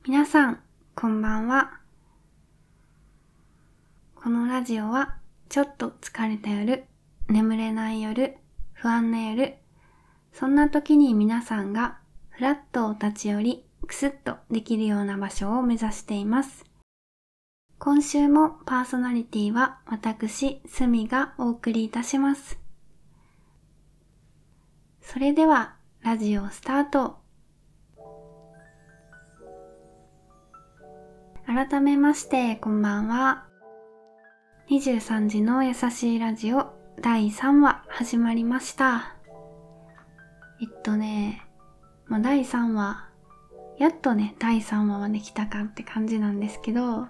皆さん、こんばんは。このラジオは、ちょっと疲れた夜、眠れない夜、不安な夜、そんな時に皆さんがフラッと立ち寄り、クスッとできるような場所を目指しています。今週もパーソナリティは私、すみがお送りいたします。それでは、ラジオスタート。改めまして、こんばんは。23時の優しいラジオ第3話始まりました。第3話、やっとね、第3話まで来たかって感じなんですけど、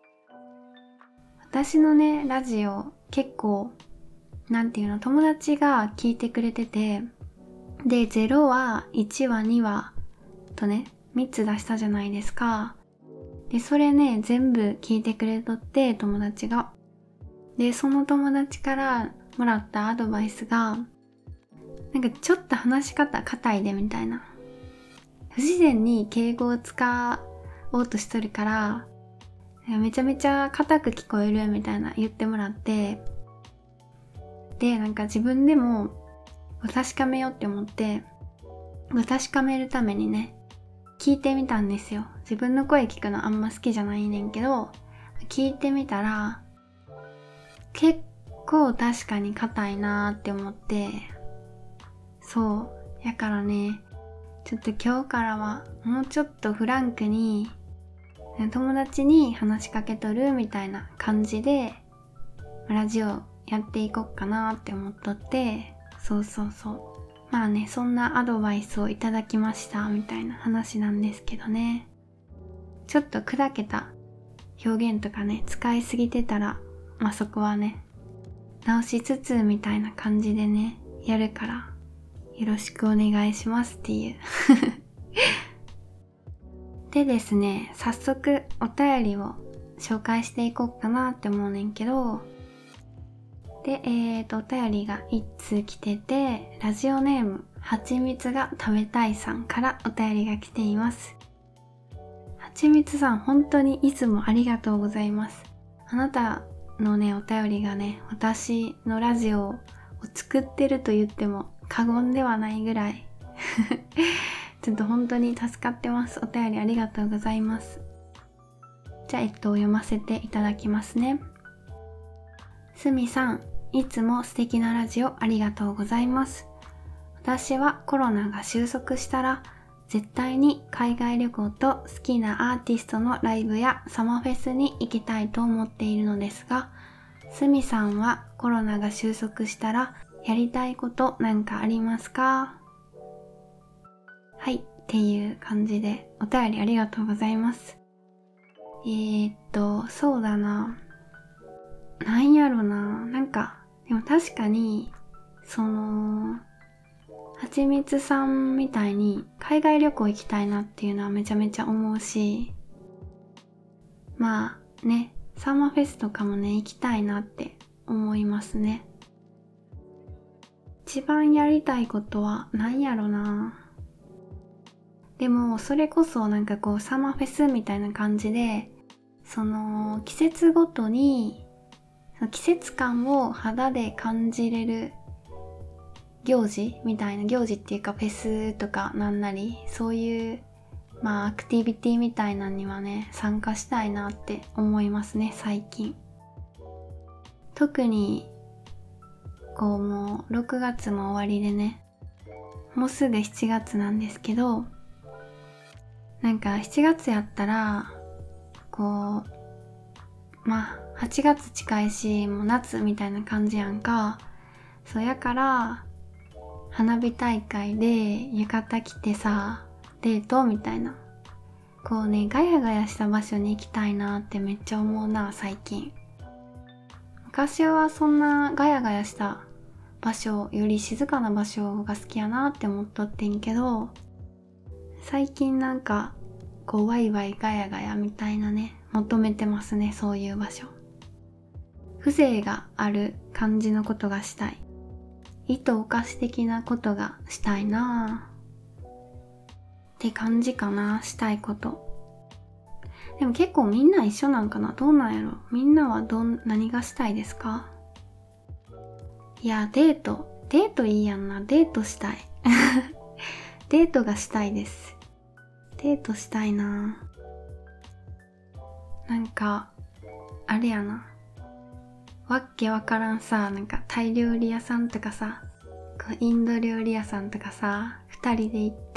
私のね、ラジオ結構、友達が聞いてくれてて、で、0話、1話、2話とね、3つ出したじゃないですか。で、それね、全部聞いてくれとって、友達が。で、その友達からもらったアドバイスが、ちょっと話し方硬いでみたいな。不自然に敬語を使おうとしとるから、めちゃめちゃ硬く聞こえるみたいな言ってもらって、で、自分でも確かめようって思って、確かめるためにね、聞いてみたんですよ。自分の声聞くのあんま好きじゃないねんけど、聞いてみたら、結構確かに硬いなーって思って、そう。やからね、ちょっと今日からはもうちょっとフランクに友達に話しかけとるみたいな感じでラジオやっていこうかなって思っとって、そう。まあね、そんなアドバイスをいただきましたみたいな話なんですけどね。ちょっと砕けた表現とかね、使いすぎてたら、まあそこはね、直しつつみたいな感じでね、やるから、よろしくお願いしますっていう。でですね、早速お便りを紹介していこうかなって思うねんけど、で、お便りが1通来てて、ラジオネーム、はちみつが食べたいさんからお便りが来ています。はちみつさん、本当にいつもありがとうございます。あなたのね、お便りがね、私のラジオを作ってると言っても過言ではないぐらいちょっと本当に助かってます。お便りありがとうございます。じゃあ、読ませていただきますね。すみさん、いつも素敵なラジオありがとうございます。私はコロナが収束したら、絶対に海外旅行と好きなアーティストのライブやサマーフェスに行きたいと思っているのですが、すみさんはコロナが収束したらやりたいことなんかありますか？はい、っていう感じでお便りありがとうございます。そうだな。なんやろな。でも確かに、はちみつさんみたいに海外旅行行きたいなっていうのはめちゃめちゃ思うし、まあね、サマーフェスとかもね、行きたいなって思いますね。一番やりたいことは何やろな。でも、それこそサマーフェスみたいな感じで、季節ごとに、季節感を肌で感じれる行事みたいな、行事っていうかフェスとかなんなり、そういうアクティビティみたいなのにはね、参加したいなって思いますね、最近。特にもう6月も終わりでね、もうすぐ7月なんですけど、7月やったら8月近いし、もう夏みたいな感じやんか。そうやから花火大会で浴衣着てさ、デートみたいな、ガヤガヤした場所に行きたいなってめっちゃ思うな、最近。昔はそんなガヤガヤした場所より静かな場所が好きやなって思っとってんけど、最近ワイワイガヤガヤみたいなね、求めてますね、そういう場所。風情がある感じのことがしたい。意図おかし的なことがしたいなって感じかな、したいこと。 でも結構みんな一緒なんかな。どうなんやろ。みんなは何がしたいですか？いや、デートいいやんな。デートしたい。デートがしたいです。デートしたいな。なんか、あれやな。わっけわからんさ、なんかタイ料理屋さんとかさ、インド料理屋さんとかさ、二人で行って、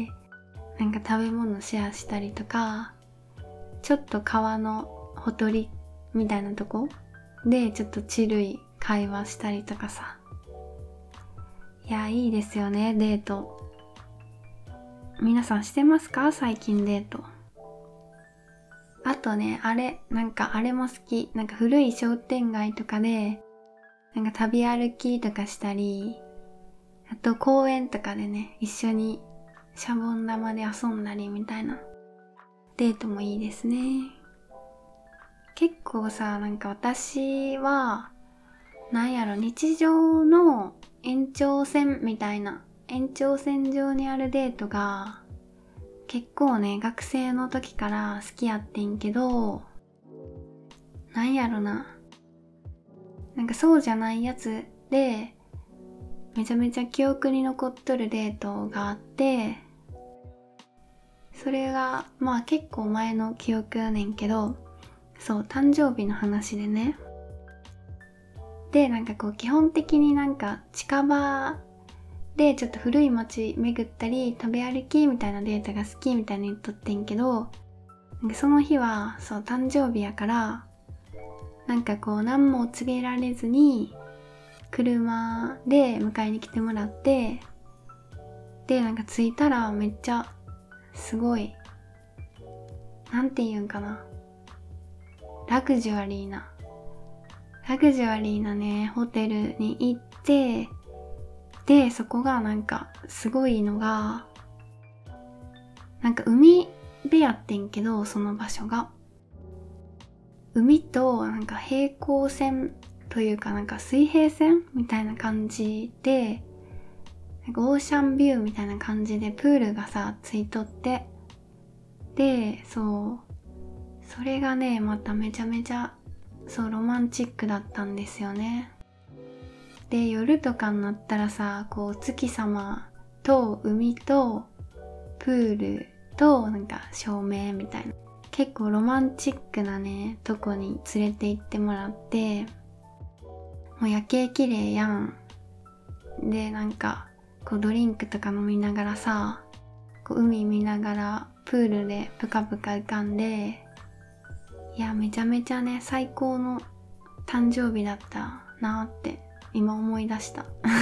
なんか食べ物シェアしたりとか、ちょっと川のほとりみたいなとこでちょっとチルい会話したりとかさ。いや、いいですよね、デート。皆さんしてますか？最近デート。あとね、なんかあれも好き。なんか古い商店街とかで、なんか旅歩きとかしたり、あと公園とかでね、一緒にシャボン玉で遊んだりみたいなデートもいいですね。結構さ、なんか私は、なんやろ、日常の延長線みたいな、延長線上にあるデートが、結構ね、学生の時から好きやってんけど、なんやろな。なんかそうじゃないやつで、めちゃめちゃ記憶に残っとるデートがあって、それが、まあ結構前の記憶やねんけど、そう、誕生日の話でね。で、なんかこう基本的になんか近場でちょっと古い街巡ったり食べ歩きみたいなデートが好きみたいに言っとってんけど、なんかその日はそう誕生日やから、なんかこう何も告げられずに車で迎えに来てもらって、でなんか着いたらめっちゃすごい、なんて言うんかな、ラグジュアリーなねホテルに行って、でそこがなんかすごいのが、なんか海でやってんけど、その場所が海となんか平行線というか、なんか水平線みたいな感じで、なんかオーシャンビューみたいな感じでプールがさついとって、でそれがねまためちゃめちゃロマンチックだったんですよね。で夜とかになったらさ、こう月様と海とプールとなんか照明みたいな、結構ロマンチックなねとこに連れて行ってもらって、もう夜景綺麗やん。でなんかこうドリンクとか飲みながらさ、こう海見ながらプールでプカプカ浮かんで、いやめちゃめちゃね最高の誕生日だったなって今思い出した。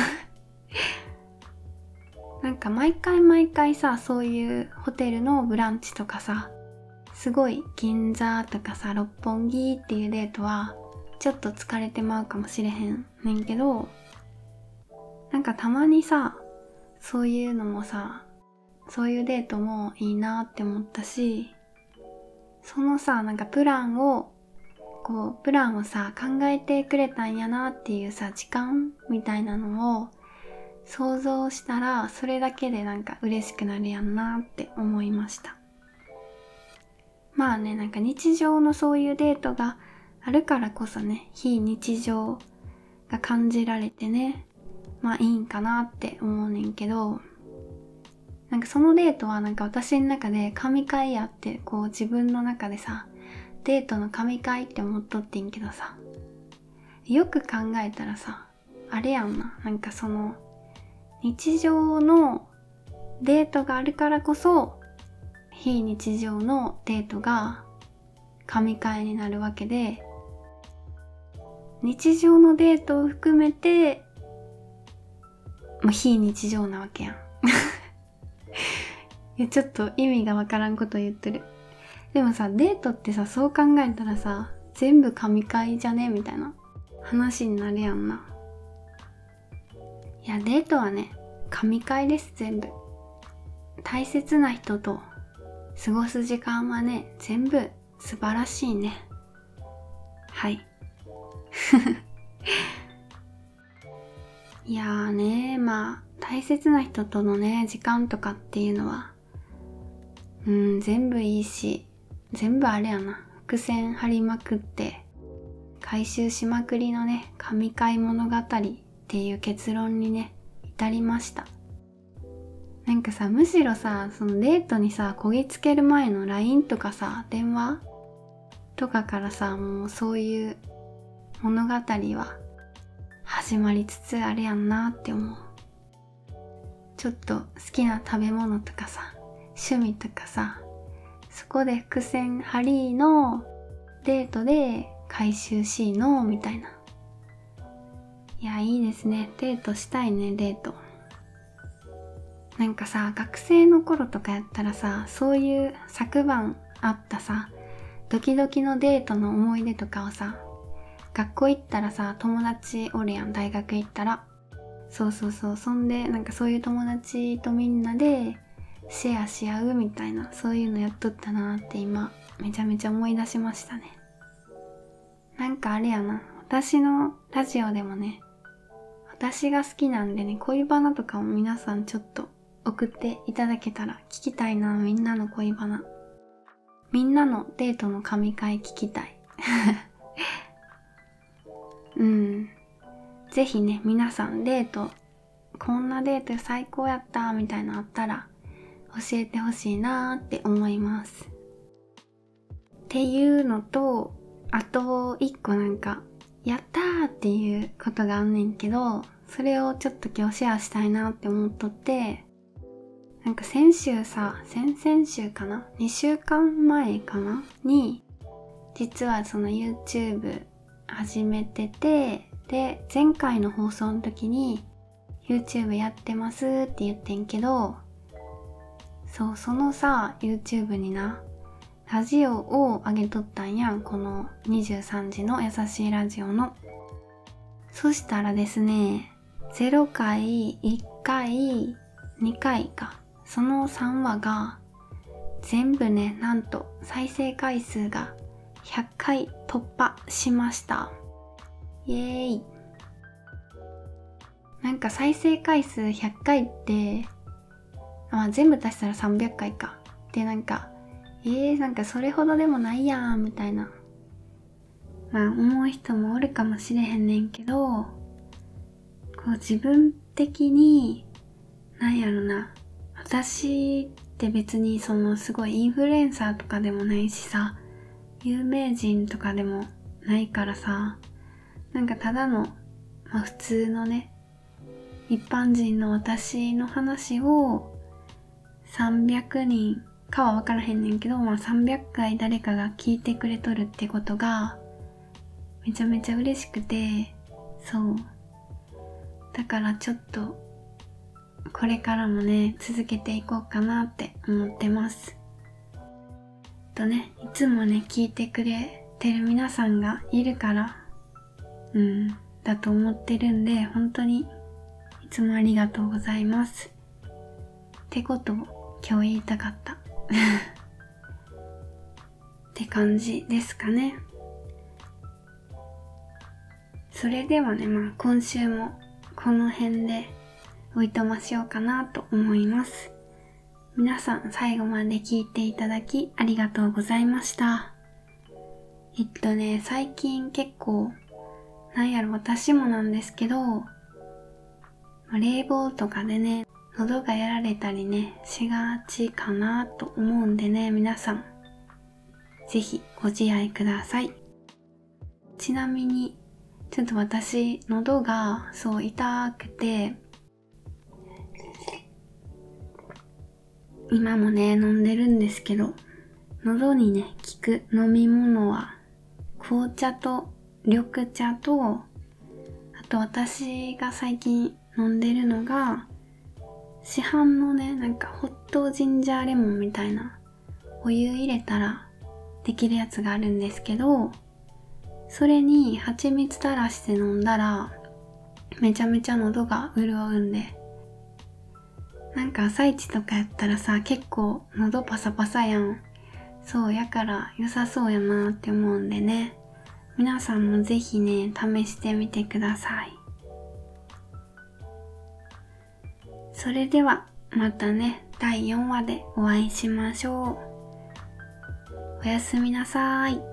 なんか毎回さ、そういうホテルのブランチとかさ、すごい銀座とかさ六本木っていうデートはちょっと疲れてまうかもしれへんねんけど、なんかたまにさ、そういうのもさ、そういうデートもいいなって思ったし、そのさ、なんかプランをさ考えてくれたんやなっていうさ時間みたいなのを想像したら、それだけでなんか嬉しくなるやんなって思いました。まあね、なんか日常のそういうデートがあるからこそね、非日常が感じられてね、まあいいんかなって思うねんけど、なんかそのデートはなんか私の中で神回やって、こう自分の中でさ、デートの神回って思っとってんけどさ、よく考えたらさ、あれやんな、なんかその日常のデートがあるからこそ非日常のデートが神回になるわけで、日常のデートを含めてもう非日常なわけやん。いやちょっと意味がわからんこと言ってる。でもさ、デートってさ、そう考えたらさ、全部神回じゃねみたいな話になるやんな。いやデートはね神回です。全部大切な人と過ごす時間はね全部素晴らしいね。はい。いやーね、まあ大切な人とのね時間とかっていうのは全部いいし、 全部あれやな、伏線張りまくって回収しまくりのね、神回物語っていう結論にね、至りました。なんかさ、むしろさ、そのデートにさ、こぎつける前の LINE とかさ、電話とかからさ、もうそういう物語は始まりつつあるやんなって思う。ちょっと好きな食べ物とかさ、趣味とかさ、そこで伏線張りのデートで回収しのみたいな。いや、いいですね。デートしたいね、デート。なんかさ、学生の頃とかやったらさ、そういう昨晩あったさ、ドキドキのデートの思い出とかをさ、学校行ったらさ、友達おるやん、大学行ったら。そう、そんで、なんかそういう友達とみんなでシェアし合うみたいな、そういうのやっとったなーって今、めちゃめちゃ思い出しましたね。なんかあれやな、私のラジオでもね、私が好きなんでね、恋バナとかも皆さんちょっと送っていただけたら聞きたいな、みんなの恋バナ。みんなのデートの神回聞きたい。ぜひね、皆さんデート、こんなデート最高やったみたいなのあったら教えてほしいなーって思います。っていうのと、あと一個なんか、やったーっていうことがあんねんけど、それをちょっと今日シェアしたいなって思っとって、なんか先週さ、先々週かな ?2 週間前かなに、実はその YouTube 始めてて、で、前回の放送の時に YouTube やってますって言ってんけど、そう、そのさ、YouTube にな、ラジオを上げとったんやん、この23時の優しいラジオの。そしたらですね、0回、1回、2回か。その3話が全部ね、なんと再生回数が100回突破しました。イエーイ。なんか再生回数100回って、全部足したら300回か。で、なんかそれほどでもないやん、みたいな。思う人もおるかもしれへんねんけど、こう自分的に、なんやろな。私って別にそのすごいインフルエンサーとかでもないしさ、有名人とかでもないからさ、なんかただの、普通のね、一般人の私の話を300人かは分からへんねんけど、300回誰かが聞いてくれとるってことがめちゃめちゃ嬉しくて、そう。だからちょっとこれからもね、続けていこうかなって思ってます。いつもね、聞いてくれてる皆さんがいるから、だと思ってるんで、本当にいつもありがとうございます。ってことを今日言いたかった。って感じですかね。それではね、今週もこの辺でおいとましようかなと思います。皆さん最後まで聞いていただきありがとうございました。最近結構、私もなんですけど、冷房とかでね、喉がやられたりね、しがちかなと思うんでね、皆さん、ぜひご自愛ください。ちなみに、ちょっと私、喉がそう痛くて、今もね、飲んでるんですけど、喉にね、効く飲み物は、紅茶と緑茶と、あと私が最近飲んでるのが、市販のね、ホットジンジャーレモンみたいな、お湯入れたらできるやつがあるんですけど、それに蜂蜜垂らして飲んだら、めちゃめちゃ喉が潤うんで、朝一とかやったらさ、結構喉パサパサやん。そうやから良さそうやなって思うんでね。皆さんもぜひね、試してみてください。それではまたね、第4話でお会いしましょう。おおやすみなさい。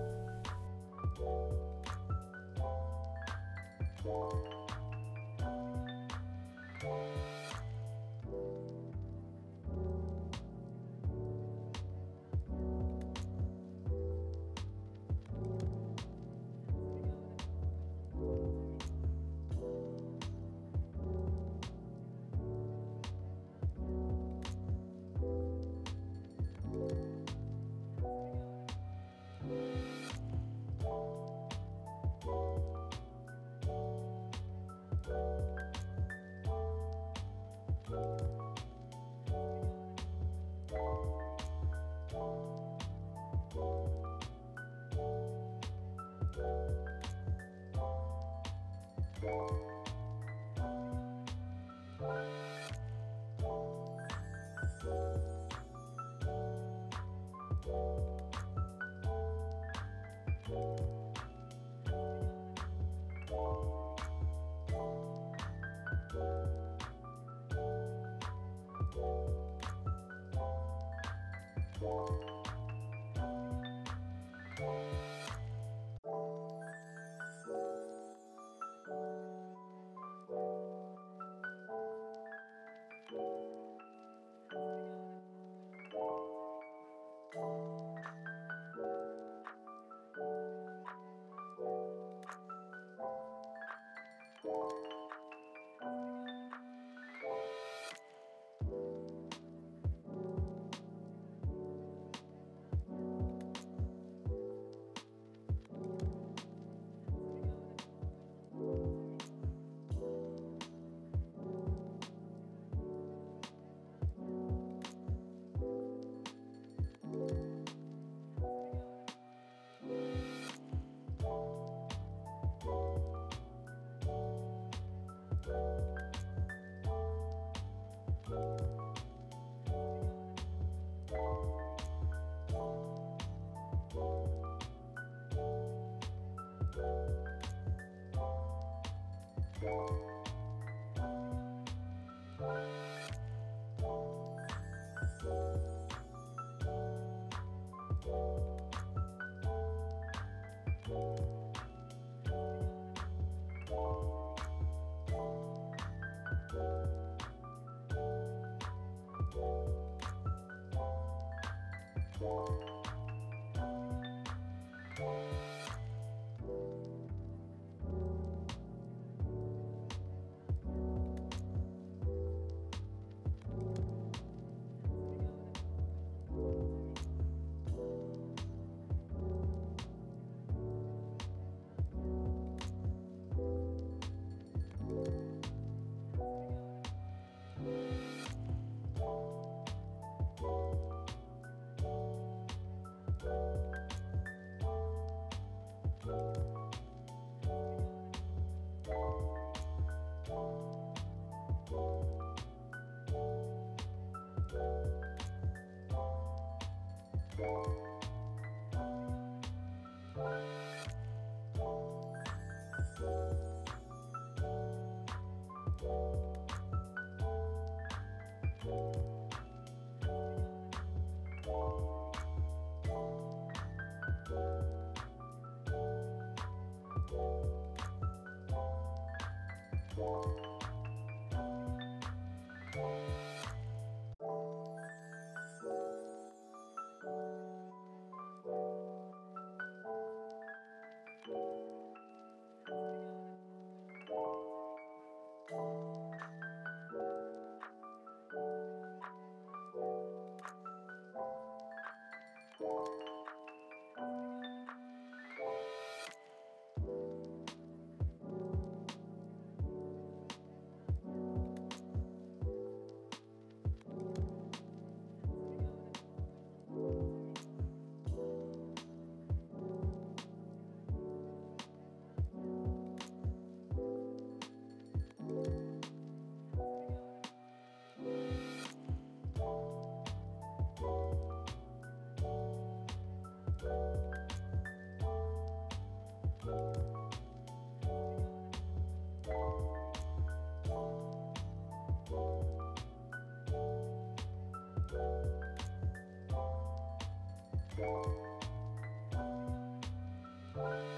す。